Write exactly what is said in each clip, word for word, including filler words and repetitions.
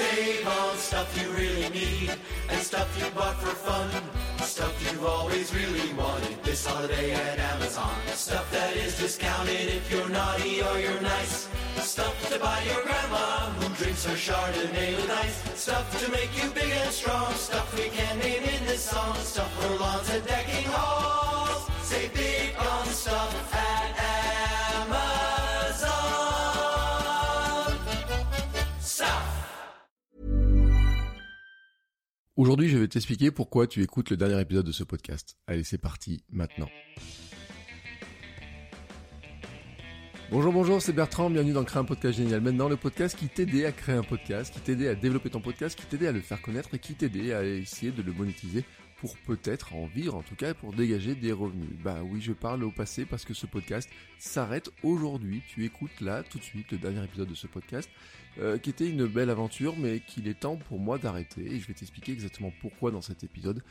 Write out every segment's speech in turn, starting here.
Save on stuff you really need and stuff you bought for fun. Stuff you've always really wanted this holiday at Amazon. Stuff that is discounted if you're naughty or you're nice. Stuff to buy your grandma who drinks her Chardonnay with ice. Stuff to make you big and strong. Stuff we can't name in this song. Stuff for lawns and decking halls. Say big on stuff at Amazon. Stuff. Aujourd'hui, je vais t'expliquer pourquoi tu écoutes le dernier épisode de ce podcast. Allez, c'est parti, maintenant. Bonjour, bonjour, c'est Bertrand, bienvenue dans Créer un podcast génial maintenant, le podcast qui t'aidait à créer un podcast, qui t'aidait à développer ton podcast, qui t'aidait à le faire connaître et qui t'aidait à essayer de le monétiser pour peut-être en vivre, en tout cas pour dégager des revenus. Bah oui, je parle au passé parce que ce podcast s'arrête aujourd'hui. Tu écoutes là, tout de suite, le dernier épisode de ce podcast, euh, qui était une belle aventure, mais qu'il est temps pour moi d'arrêter. Et je vais t'expliquer exactement pourquoi dans cet épisode.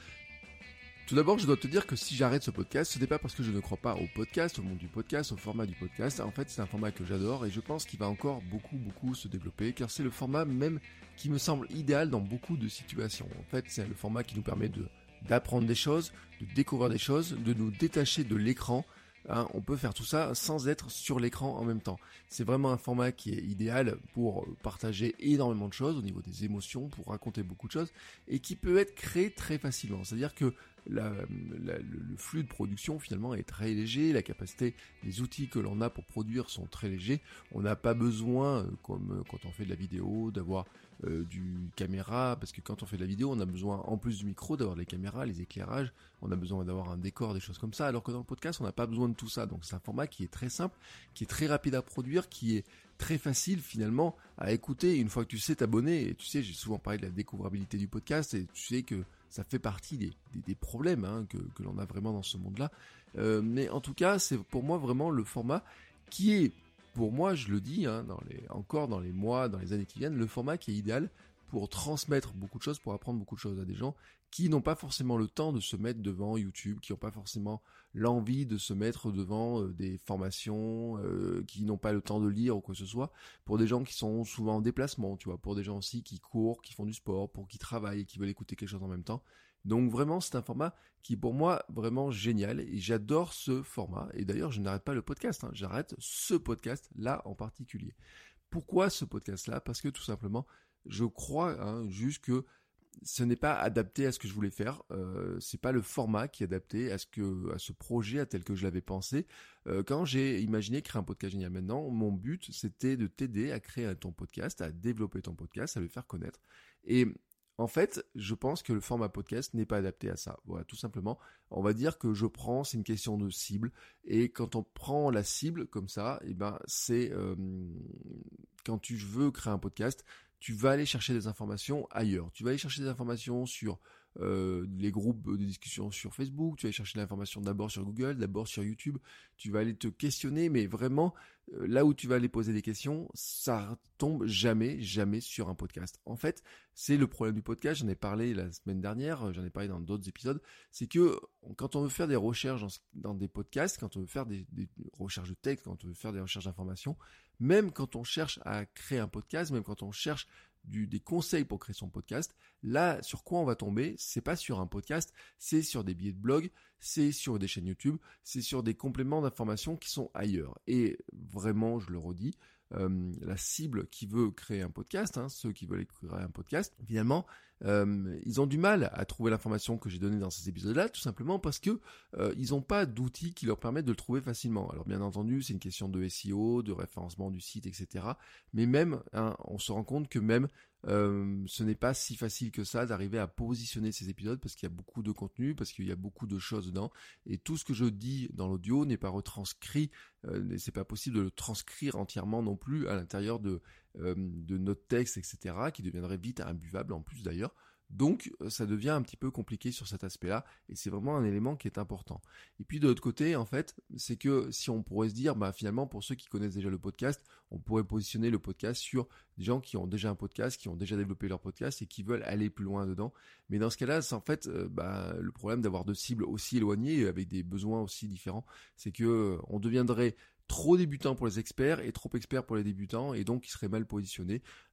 Tout d'abord, je dois te dire que si j'arrête ce podcast, ce n'est pas parce que je ne crois pas au podcast, au monde du podcast, au format du podcast. En fait, c'est un format que j'adore et je pense qu'il va encore beaucoup, beaucoup se développer, car c'est le format même qui me semble idéal dans beaucoup de situations. En fait, c'est le format qui nous permet de d'apprendre des choses, de découvrir des choses, de nous détacher de l'écran. Hein, on peut faire tout ça sans être sur l'écran en même temps. C'est vraiment un format qui est idéal pour partager énormément de choses au niveau des émotions, pour raconter beaucoup de choses, et qui peut être créé très facilement. C'est-à-dire que la, la, le, le flux de production finalement est très léger, la capacité, les outils que l'on a pour produire sont très légers. On n'a pas besoin, comme quand on fait de la vidéo, d'avoir Euh, du caméra, parce que quand on fait de la vidéo, on a besoin, en plus du micro, d'avoir les caméras, les éclairages, on a besoin d'avoir un décor, des choses comme ça, alors que dans le podcast, on n'a pas besoin de tout ça. Donc c'est un format qui est très simple, qui est très rapide à produire, qui est très facile finalement à écouter. Une fois que tu sais t'abonner, et tu sais, j'ai souvent parlé de la découvrabilité du podcast, et tu sais que ça fait partie des, des, des problèmes hein, que, que l'on a vraiment dans ce monde-là. Euh, mais en tout cas, c'est pour moi vraiment le format qui est, pour moi, je le dis, hein, dans les, encore dans les mois, dans les années qui viennent, le format qui est idéal pour transmettre beaucoup de choses, pour apprendre beaucoup de choses à des gens qui n'ont pas forcément le temps de se mettre devant YouTube, qui n'ont pas forcément l'envie de se mettre devant euh, des formations, euh, qui n'ont pas le temps de lire ou quoi que ce soit, pour des gens qui sont souvent en déplacement, tu vois, pour des gens aussi qui courent, qui font du sport, pour qui travaillent et qui veulent écouter quelque chose en même temps. Donc vraiment, c'est un format qui est pour moi vraiment génial et j'adore ce format. Et d'ailleurs, je n'arrête pas le podcast, hein. J'arrête ce podcast-là en particulier. Pourquoi ce podcast-là ? Parce que tout simplement, je crois hein, juste que ce n'est pas adapté à ce que je voulais faire. Euh, c'est pas le format qui est adapté à ce que, à ce projet, à tel que je l'avais pensé. Euh, quand j'ai imaginé créer un podcast génial maintenant, mon but c'était de t'aider à créer ton podcast, à développer ton podcast, à le faire connaître. Et en fait, je pense que le format podcast n'est pas adapté à ça. Voilà, tout simplement. On va dire que je prends, c'est une question de cible. Et quand on prend la cible comme ça, eh ben, c'est euh, quand tu veux créer un podcast, tu vas aller chercher des informations ailleurs. Tu vas aller chercher des informations sur euh, les groupes de discussion sur Facebook. Tu vas aller chercher de l'information d'abord sur Google, d'abord sur YouTube. Tu vas aller te questionner, mais vraiment, euh, là où tu vas aller poser des questions, ça tombe jamais, jamais sur un podcast. En fait, c'est le problème du podcast. J'en ai parlé la semaine dernière, j'en ai parlé dans d'autres épisodes. C'est que quand on veut faire des recherches dans, dans des podcasts, quand on veut faire des, des recherches de texte, quand on veut faire des recherches d'informations, même quand on cherche à créer un podcast, même quand on cherche du, des conseils pour créer son podcast, là, sur quoi on va tomber ? C'est pas sur un podcast, c'est sur des billets de blog, c'est sur des chaînes YouTube, c'est sur des compléments d'informations qui sont ailleurs. Et vraiment, je le redis, euh, la cible qui veut créer un podcast, hein, ceux qui veulent créer un podcast, finalement, euh, ils ont du mal à trouver l'information que j'ai donnée dans ces épisodes-là, tout simplement parce que euh, ils n'ont pas d'outils qui leur permettent de le trouver facilement. Alors bien entendu, c'est une question de S E O, de référencement du site, et cetera. Mais même, hein, on se rend compte que même Euh, ce n'est pas si facile que ça d'arriver à positionner ces épisodes parce qu'il y a beaucoup de contenu, parce qu'il y a beaucoup de choses dedans et tout ce que je dis dans l'audio n'est pas retranscrit, euh, c'est pas possible de le transcrire entièrement non plus à l'intérieur de, euh, de notre texte, et cetera, qui deviendrait vite imbuvable en plus d'ailleurs. Donc ça devient un petit peu compliqué sur cet aspect-là et c'est vraiment un élément qui est important. Et puis de l'autre côté, en fait, c'est que si on pourrait se dire, bah finalement pour ceux qui connaissent déjà le podcast, on pourrait positionner le podcast sur des gens qui ont déjà un podcast, qui ont déjà développé leur podcast et qui veulent aller plus loin dedans. Mais dans ce cas-là, c'est en fait euh, bah, le problème d'avoir deux cibles aussi éloignées avec des besoins aussi différents, c'est que euh, on deviendrait trop débutant pour les experts et trop experts pour les débutants et donc ils seraient mal positionnés.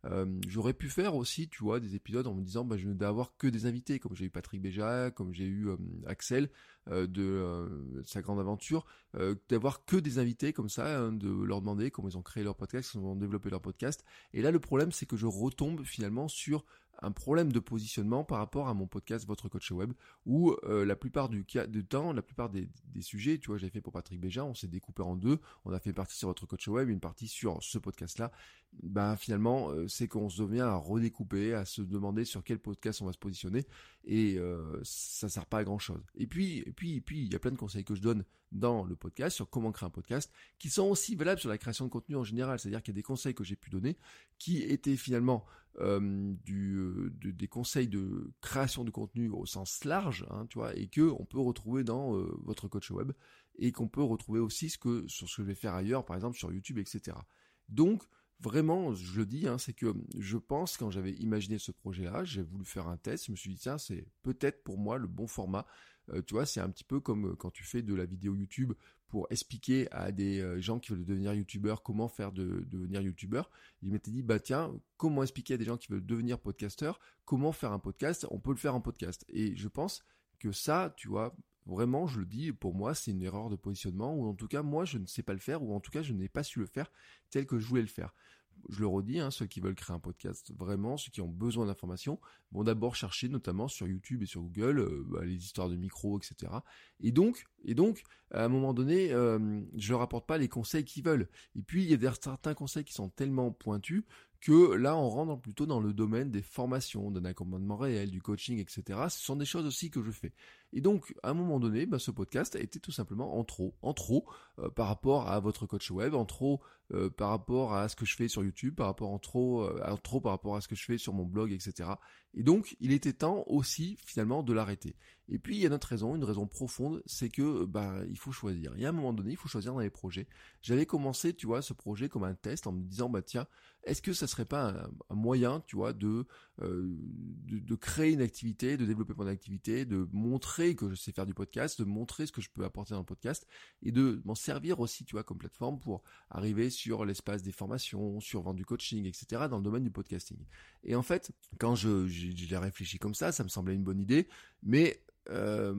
Euh, j'aurais pu faire aussi, tu vois, des épisodes en me disant, bah, je ne vais avoir que des invités, comme j'ai eu Patrick Béja, comme j'ai eu euh, Axel euh, de euh, Sa Grande Aventure, euh, d'avoir que des invités comme ça, hein, de leur demander comment ils ont créé leur podcast, comment ils ont développé leur podcast. Et là, le problème, c'est que je retombe finalement sur un problème de positionnement par rapport à mon podcast Votre Coach Web, où euh, la plupart du, cas, du temps, la plupart des, des sujets, tu vois, j'ai fait pour Patrick Béja, on s'est découpé en deux, on a fait une partie sur Votre Coach Web, une partie sur ce podcast-là. Ben finalement, euh, c'est qu'on se devient à redécouper, à se demander sur quel podcast on va se positionner, et euh, ça sert pas à grand-chose. Et puis, et puis, et puis, il y a plein de conseils que je donne dans le podcast sur comment créer un podcast, qui sont aussi valables sur la création de contenu en général. C'est-à-dire qu'il y a des conseils que j'ai pu donner qui étaient finalement euh, du, euh, de, des conseils de création de contenu au sens large, hein, tu vois, et que on peut retrouver dans euh, Votre Coach Web, et qu'on peut retrouver aussi ce que sur ce que je vais faire ailleurs, par exemple sur YouTube, et cetera. Donc vraiment, je le dis, hein, c'est que je pense, quand j'avais imaginé ce projet-là, j'ai voulu faire un test, je me suis dit, tiens, c'est peut-être pour moi le bon format. Euh, tu vois, c'est un petit peu comme quand tu fais de la vidéo YouTube pour expliquer à des euh, gens qui veulent devenir youtubeurs comment faire de, de devenir youtubeur. Il m'était dit, bah tiens, comment expliquer à des gens qui veulent devenir podcasteurs comment faire un podcast? On peut le faire en podcast. Et je pense que ça, tu vois, vraiment, je le dis, pour moi, c'est une erreur de positionnement, ou en tout cas, moi, je ne sais pas le faire, ou en tout cas, je n'ai pas su le faire tel que je voulais le faire. Je le redis, hein, ceux qui veulent créer un podcast, vraiment, ceux qui ont besoin d'informations, vont d'abord chercher, notamment sur YouTube et sur Google, euh, bah, les histoires de micros, et cetera. Et donc, et donc, à un moment donné, euh, je leur apporte pas les conseils qu'ils veulent. Et puis, il y a des, certains conseils qui sont tellement pointus que là, on rentre plutôt dans le domaine des formations, d'un accompagnement réel, du coaching, et cetera. Ce sont des choses aussi que je fais. Et donc, à un moment donné, bah, ce podcast a été tout simplement en trop, en trop euh, par rapport à Votre Coach Web, en trop euh, par rapport à ce que je fais sur YouTube, par rapport en trop, euh, en trop par rapport à ce que je fais sur mon blog, et cetera. Et donc, il était temps aussi, finalement, de l'arrêter. Et puis, il y a une autre raison, une raison profonde, c'est que bah il faut choisir. Il y a un moment donné, il faut choisir dans les projets. J'avais commencé, tu vois, ce projet comme un test en me disant, bah tiens, est-ce que ça serait pas un, un moyen, tu vois, de, euh, de de créer une activité, de développer mon activité, de montrer que je sais faire du podcast, de montrer ce que je peux apporter dans le podcast, et de m'en servir aussi, tu vois, comme plateforme pour arriver sur l'espace des formations, sur vendre du coaching, et cetera, dans le domaine du podcasting. Et en fait, quand je j'ai, j'ai réfléchi comme ça, ça me semblait une bonne idée, mais Euh,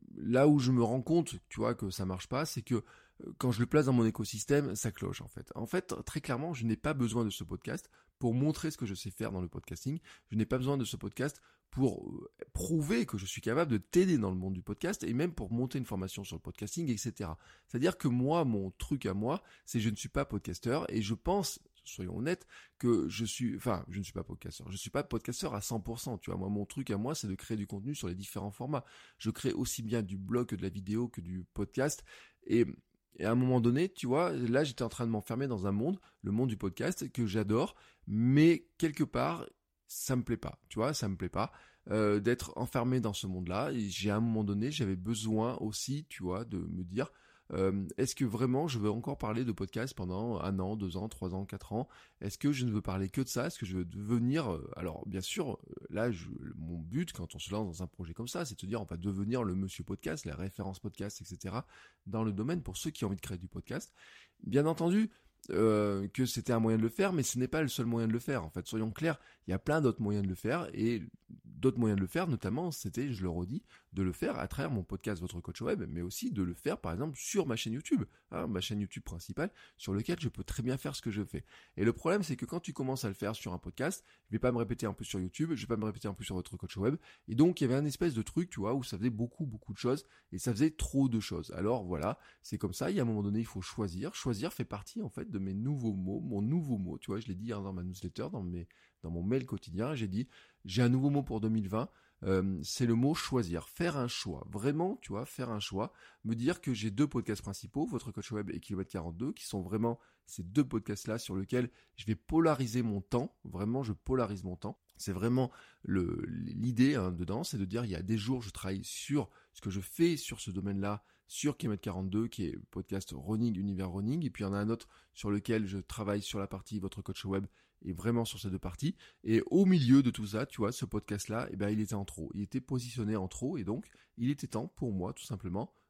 là où je me rends compte, tu vois, que ça marche pas, c'est que euh, quand je le place dans mon écosystème, ça cloche en fait. En fait, très clairement, je n'ai pas besoin de ce podcast pour montrer ce que je sais faire dans le podcasting. Je n'ai pas besoin de ce podcast pour euh, prouver que je suis capable de t'aider dans le monde du podcast, et même pour monter une formation sur le podcasting, et cetera. C'est-à-dire que moi, mon truc à moi, c'est que je ne suis pas podcasteur, et je pense, soyons honnêtes, que je suis, enfin, je ne suis pas podcasteur, je suis pas podcasteur à cent pour cent, tu vois, moi, mon truc à moi, c'est de créer du contenu sur les différents formats. Je crée aussi bien du blog que de la vidéo, que du podcast, et, et à un moment donné, tu vois, là, j'étais en train de m'enfermer dans un monde, le monde du podcast, que j'adore, mais quelque part, ça me plaît pas, tu vois, ça me plaît pas, euh, d'être enfermé dans ce monde-là, et j'ai, à un moment donné, j'avais besoin aussi, tu vois, de me dire, Euh, est-ce que vraiment je veux encore parler de podcast pendant un an, deux ans, trois ans, quatre ans? Est-ce que je ne veux parler que de ça? Est-ce que je veux devenir... Euh, alors bien sûr, là, je, mon but quand on se lance dans un projet comme ça, c'est de se dire on va devenir le monsieur podcast, la référence podcast, et cetera dans le domaine pour ceux qui ont envie de créer du podcast. Bien entendu, Euh, que c'était un moyen de le faire, mais ce n'est pas le seul moyen de le faire. En fait, soyons clairs, il y a plein d'autres moyens de le faire, et d'autres moyens de le faire, notamment, c'était, je le redis, de le faire à travers mon podcast Votre Coach Web, mais aussi de le faire, par exemple, sur ma chaîne YouTube, hein, ma chaîne YouTube principale, sur laquelle je peux très bien faire ce que je fais. Et le problème, c'est que quand tu commences à le faire sur un podcast, je vais pas me répéter un peu sur YouTube, je vais pas me répéter un peu sur Votre Coach Web, et donc il y avait un espèce de truc, tu vois, où ça faisait beaucoup, beaucoup de choses, et ça faisait trop de choses. Alors voilà, c'est comme ça, il y a un moment donné, il faut choisir. Choisir fait partie, en fait, de mes nouveaux mots, mon nouveau mot, tu vois, je l'ai dit hein, dans ma newsletter, dans mes, dans mon mail quotidien, j'ai dit, j'ai un nouveau mot pour deux mille vingt, euh, c'est le mot choisir, faire un choix, vraiment, tu vois, faire un choix, me dire que j'ai deux podcasts principaux, Votre Coach Web et Kilomètre quarante-deux, qui sont vraiment ces deux podcasts-là sur lesquels je vais polariser mon temps, vraiment, je polarise mon temps. C'est vraiment le, l'idée hein, dedans, c'est de dire, il y a des jours, je travaille sur ce que je fais sur ce domaine-là, sur Kilomètre quarante-deux, qui est podcast running, univers running, et puis il y en a un autre sur lequel je travaille sur la partie Votre Coach Web, et vraiment sur ces deux parties, et au milieu de tout ça, tu vois, ce podcast-là, eh ben, il était en trop, il était positionné en trop, et donc, il était temps pour moi, tout simplement,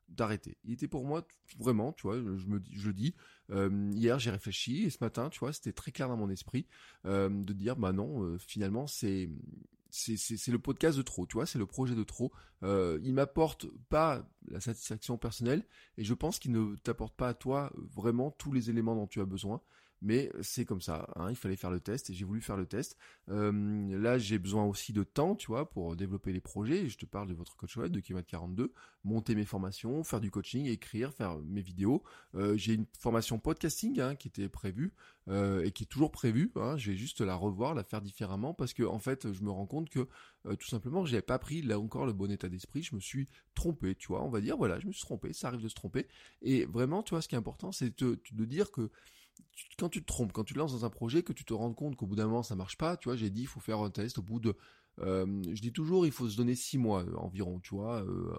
d'arrêter. Il était pour moi vraiment, tu vois, je me dis, je le dis. Euh, hier j'ai réfléchi et ce matin, tu vois, c'était très clair dans mon esprit euh, de dire bah non, euh, finalement c'est c'est c'est c'est le podcast de trop, tu vois, c'est le projet de trop. Euh, il m'apporte pas la satisfaction personnelle et je pense qu'il ne t'apporte pas à toi vraiment tous les éléments dont tu as besoin. Mais c'est comme ça, hein, il fallait faire le test et j'ai voulu faire le test. Euh, là, j'ai besoin aussi de temps, tu vois, pour développer les projets. Et je te parle de votre coach web, de kilomètre quarante-deux, monter mes formations, faire du coaching, écrire, faire mes vidéos. Euh, j'ai une formation podcasting hein, qui était prévue euh, et qui est toujours prévue. Hein, je vais juste la revoir, la faire différemment parce que en fait, je me rends compte que euh, tout simplement, j'avais pas pris là encore le bon état d'esprit. Je me suis trompé, tu vois. On va dire, voilà, je me suis trompé. Ça arrive de se tromper. Et vraiment, tu vois, ce qui est important, c'est de, de dire que quand tu te trompes, quand tu te lances dans un projet, que tu te rends compte qu'au bout d'un moment ça marche pas, tu vois, j'ai dit il faut faire un test au bout de, euh, je dis toujours il faut se donner six mois euh, environ, tu vois, euh,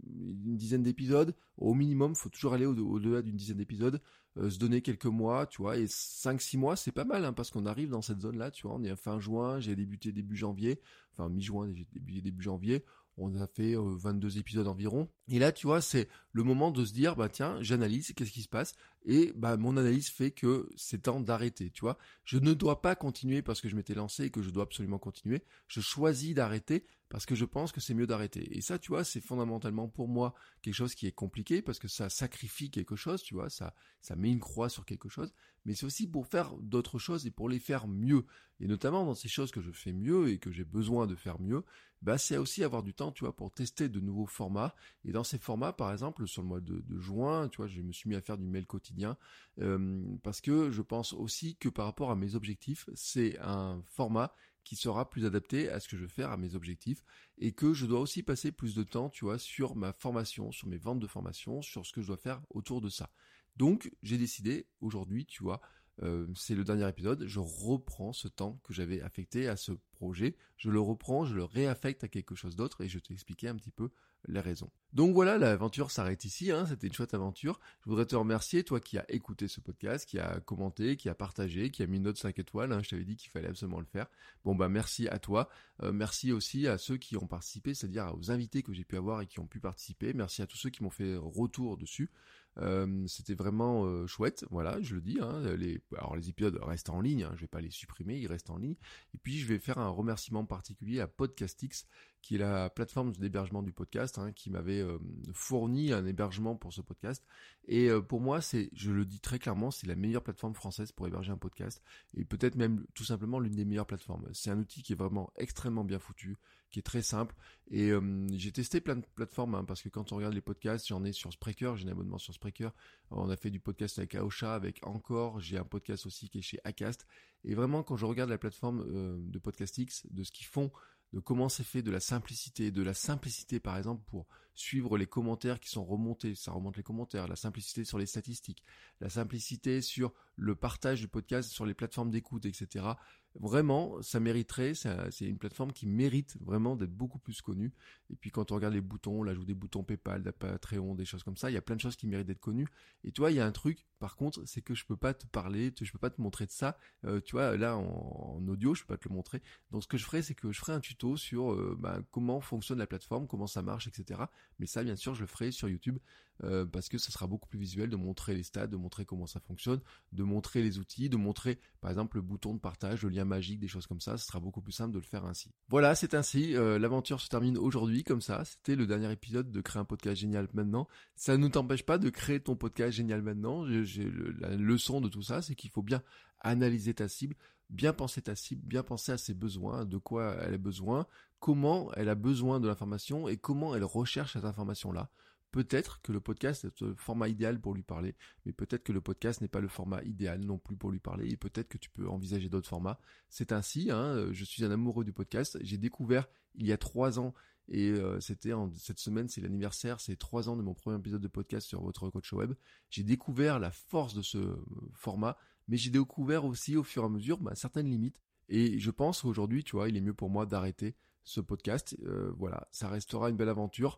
une dizaine d'épisodes, au minimum, il faut toujours aller au- au-delà d'une dizaine d'épisodes, euh, se donner quelques mois, tu vois, et cinq six mois c'est pas mal, hein, parce qu'on arrive dans cette zone-là, tu vois, on est à fin juin, j'ai débuté début janvier, enfin mi-juin, j'ai débuté début janvier, on a fait euh, vingt-deux épisodes environ. Et là, tu vois, c'est le moment de se dire, bah tiens, j'analyse, qu'est-ce qui se passe ? Et bah mon analyse fait que c'est temps d'arrêter, tu vois. Je ne dois pas continuer parce que je m'étais lancé et que je dois absolument continuer. Je choisis d'arrêter parce que je pense que c'est mieux d'arrêter. Et ça, tu vois, c'est fondamentalement pour moi quelque chose qui est compliqué parce que ça sacrifie quelque chose, tu vois, ça, ça met une croix sur quelque chose. Mais c'est aussi pour faire d'autres choses et pour les faire mieux. Et notamment dans ces choses que je fais mieux et que j'ai besoin de faire mieux, bah c'est aussi avoir du temps, tu vois, pour tester de nouveaux formats. Et dans ces formats, par exemple, sur le mois de, de juin, tu vois, je me suis mis à faire du mail quotidien euh, parce que je pense aussi que par rapport à mes objectifs, c'est un format qui sera plus adapté à ce que je veux faire, à mes objectifs, et que je dois aussi passer plus de temps, tu vois, sur ma formation, sur mes ventes de formation, sur ce que je dois faire autour de ça. Donc, j'ai décidé aujourd'hui, tu vois, euh, c'est le dernier épisode, je reprends ce temps que j'avais affecté à ce projet, je le reprends, je le réaffecte à quelque chose d'autre et je t'ai expliqué un petit peu les raisons. Donc voilà, l'aventure s'arrête ici, hein, c'était une chouette aventure. Je voudrais te remercier, toi qui as écouté ce podcast, qui a commenté, qui a partagé, qui a mis une note cinq étoiles, hein, je t'avais dit qu'il fallait absolument le faire. Bon bah merci à toi, euh, merci aussi à ceux qui ont participé, c'est-à-dire aux invités que j'ai pu avoir et qui ont pu participer, merci à tous ceux qui m'ont fait retour dessus. Euh, c'était vraiment euh, chouette, voilà, je le dis. Hein, les, alors les épisodes restent en ligne, hein, je vais pas les supprimer, ils restent en ligne. Et puis je vais faire un remerciement particulier à Podcastix, qui est la plateforme d'hébergement du podcast, hein, qui m'avait euh, fourni un hébergement pour ce podcast. Et euh, pour moi, c'est, je le dis très clairement, c'est la meilleure plateforme française pour héberger un podcast, et peut-être même tout simplement l'une des meilleures plateformes. C'est un outil qui est vraiment extrêmement bien foutu, qui est très simple. Et euh, j'ai testé plein de plateformes, hein, parce que quand on regarde les podcasts, j'en ai sur Spreaker, j'ai un abonnement sur Spreaker. On a fait du podcast avec Aosha, avec Encore, j'ai un podcast aussi qui est chez Acast. Et vraiment, quand je regarde la plateforme euh, de Podcastix, de ce qu'ils font, de comment c'est fait, de la simplicité, de la simplicité par exemple pour suivre les commentaires qui sont remontés, ça remonte les commentaires, la simplicité sur les statistiques, la simplicité sur le partage du podcast sur les plateformes d'écoute, et cetera. Vraiment, ça mériterait, c'est une plateforme qui mérite vraiment d'être beaucoup plus connue. Et puis quand on regarde les boutons, l'ajout des boutons PayPal, de Patreon, des choses comme ça, il y a plein de choses qui méritent d'être connues. Et tu vois, il y a un truc, par contre, c'est que je peux pas te parler, je peux pas te montrer de ça. Euh, tu vois, là, en, en audio, je peux pas te le montrer. Donc ce que je ferai, c'est que je ferai un tuto sur euh, bah, comment fonctionne la plateforme, comment ça marche, et cetera. Mais ça, bien sûr, je le ferai sur YouTube euh, parce que ça sera beaucoup plus visuel de montrer les stats, de montrer comment ça fonctionne, de montrer les outils, de montrer, par exemple, le bouton de partage, le lien magique, des choses comme ça. Ce sera beaucoup plus simple de le faire ainsi. Voilà, c'est ainsi. Euh, l'aventure se termine aujourd'hui comme ça. C'était le dernier épisode de Créer un podcast génial maintenant. Ça ne t'empêche pas de créer ton podcast génial maintenant. J'ai, j'ai le, la leçon de tout ça, c'est qu'il faut bien analyser ta cible, bien penser ta cible, bien penser à ses besoins, de quoi elle a besoin, comment elle a besoin de l'information et comment elle recherche cette information-là. Peut-être que le podcast est le format idéal pour lui parler, mais peut-être que le podcast n'est pas le format idéal non plus pour lui parler, et peut-être que tu peux envisager d'autres formats. C'est ainsi, hein, je suis un amoureux du podcast. J'ai découvert il y a trois ans, et euh, c'était en cette semaine, c'est l'anniversaire, c'est trois ans de mon premier épisode de podcast sur votre coach web. J'ai découvert la force de ce format, mais j'ai découvert aussi au fur et à mesure bah, certaines limites. Et je pense qu'aujourd'hui, tu vois, il est mieux pour moi d'arrêter ce podcast. Euh, voilà, ça restera une belle aventure.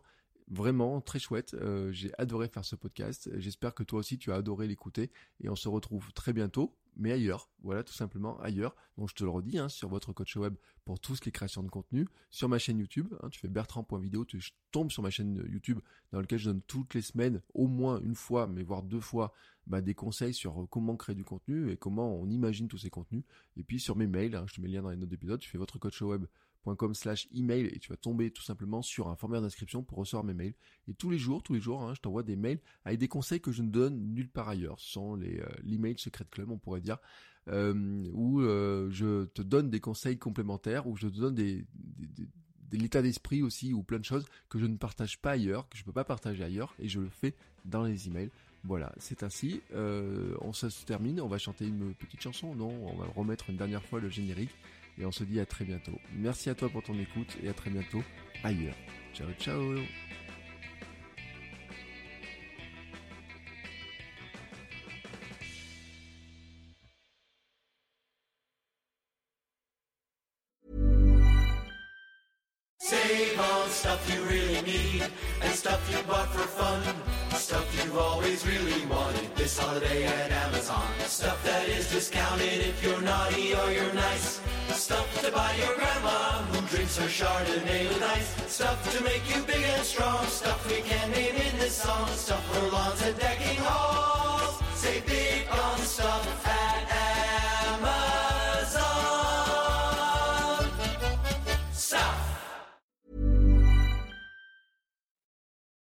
Vraiment très chouette, euh, j'ai adoré faire ce podcast, j'espère que toi aussi tu as adoré l'écouter et on se retrouve très bientôt, mais ailleurs, voilà tout simplement ailleurs. Donc je te le redis, hein, sur votre coach web pour tout ce qui est création de contenu, sur ma chaîne YouTube, hein, tu fais bertrand point vidéo, tu tombes sur ma chaîne YouTube dans laquelle je donne toutes les semaines, au moins une fois, mais voire deux fois, bah, des conseils sur comment créer du contenu et comment on imagine tous ces contenus. Et puis sur mes mails, hein, je te mets le lien dans les notes d'épisode, tu fais votre coach web point com slash email et tu vas tomber tout simplement sur un formulaire d'inscription pour recevoir mes mails. Et tous les jours, tous les jours, hein, je t'envoie des mails avec des conseils que je ne donne nulle part ailleurs. Ce sont les, euh, l'email Secret Club, on pourrait dire, euh, où euh, je te donne des conseils complémentaires, où je te donne des, des, des, de l'état d'esprit aussi, ou plein de choses que je ne partage pas ailleurs, que je ne peux pas partager ailleurs, et je le fais dans les emails. Voilà, c'est ainsi. Euh, on se termine, on va chanter une petite chanson, non, on va remettre une dernière fois le générique. Et on se dit à très bientôt. Merci à toi pour ton écoute et à très bientôt ailleurs. Ciao, ciao. Save on stuff you really need and stuff you bought for fun. Stuff you've always really wanted this holiday at Amazon. Stuff that is discounted if you're naughty or you're nice. Stuff to buy your grandma who drinks her Chardonnay with ice. Stuff to make you big and strong. Stuff we can't name in this song. Stuff for lawns and